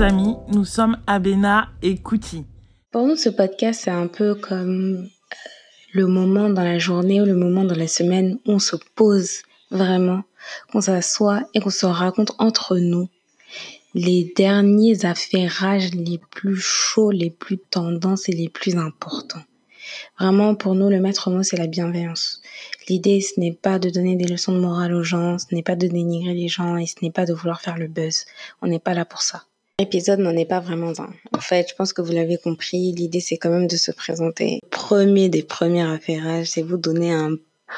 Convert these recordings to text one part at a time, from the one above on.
amis, nous sommes Abena et Kouti. Pour nous, ce podcast, c'est un peu comme le moment dans la journée ou le moment dans la semaine où on se pose vraiment, qu'on s'assoit et qu'on se raconte entre nous les derniers affairages les plus chauds, les plus tendances et les plus importants. Vraiment, pour nous, le maître mot, c'est la bienveillance. L'idée, ce n'est pas de donner des leçons de morale aux gens, ce n'est pas de dénigrer les gens et ce n'est pas de vouloir faire le buzz. On n'est pas là pour ça. L'épisode n'en est pas vraiment un. En fait, je pense que vous l'avez compris, l'idée, c'est quand même de se présenter. Le premier des premiers affairages, c'est vous donner un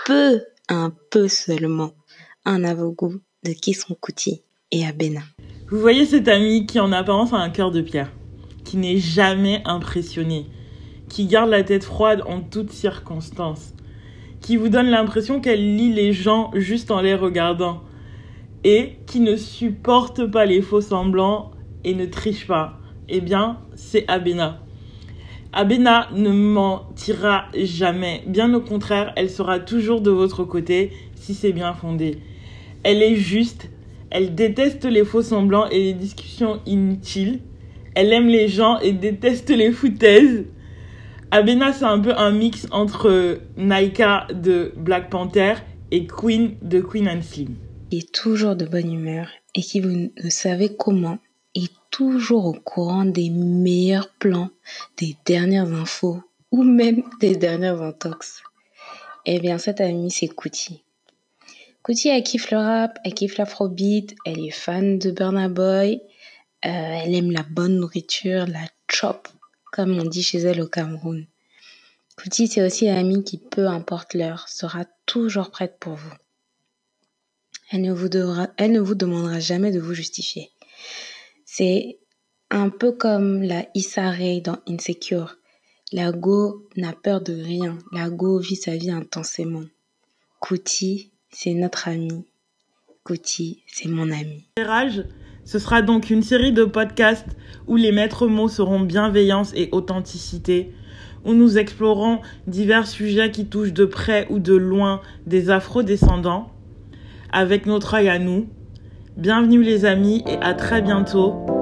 peu seulement, un avant-goût de qui sont Kouti et Abena. Vous voyez cet ami qui en apparence a un cœur de pierre, qui n'est jamais impressionné, qui garde la tête froide en toutes circonstances, qui vous donne l'impression qu'elle lit les gens juste en les regardant et qui ne supporte pas les faux semblants et ne triche pas. Eh bien, c'est Abena. Abena ne mentira jamais. Bien au contraire, elle sera toujours de votre côté si c'est bien fondé. Elle est juste, elle déteste les faux semblants et les discussions inutiles. Elle aime les gens et déteste les foutaises. Abena, c'est un peu un mix entre Naika de Black Panther et Queen de Queen and Slim. Qui est toujours de bonne humeur et qui, vous ne savez comment, est toujours au courant des meilleurs plans, des dernières infos ou même des dernières intox. Eh bien, cette amie, c'est Kouti. Kouti, elle kiffe le rap, elle kiffe l'afrobeat, elle est fan de Burna Boy, elle aime la bonne nourriture, la chop, comme on dit chez elle au Cameroun. Kouti, c'est aussi l'amie qui, peu importe l'heure, sera toujours prête pour vous. Elle ne vous demandera jamais de vous justifier. C'est un peu comme la Issa Rae dans Insecure. La go n'a peur de rien. La go vit sa vie intensément. Kouti, c'est notre ami. Kouti, c'est mon ami. Ce sera donc une série de podcasts où les maîtres mots seront bienveillance et authenticité, où nous explorons divers sujets qui touchent de près ou de loin des afro-descendants, avec notre œil à nous. Bienvenue les amis et à très bientôt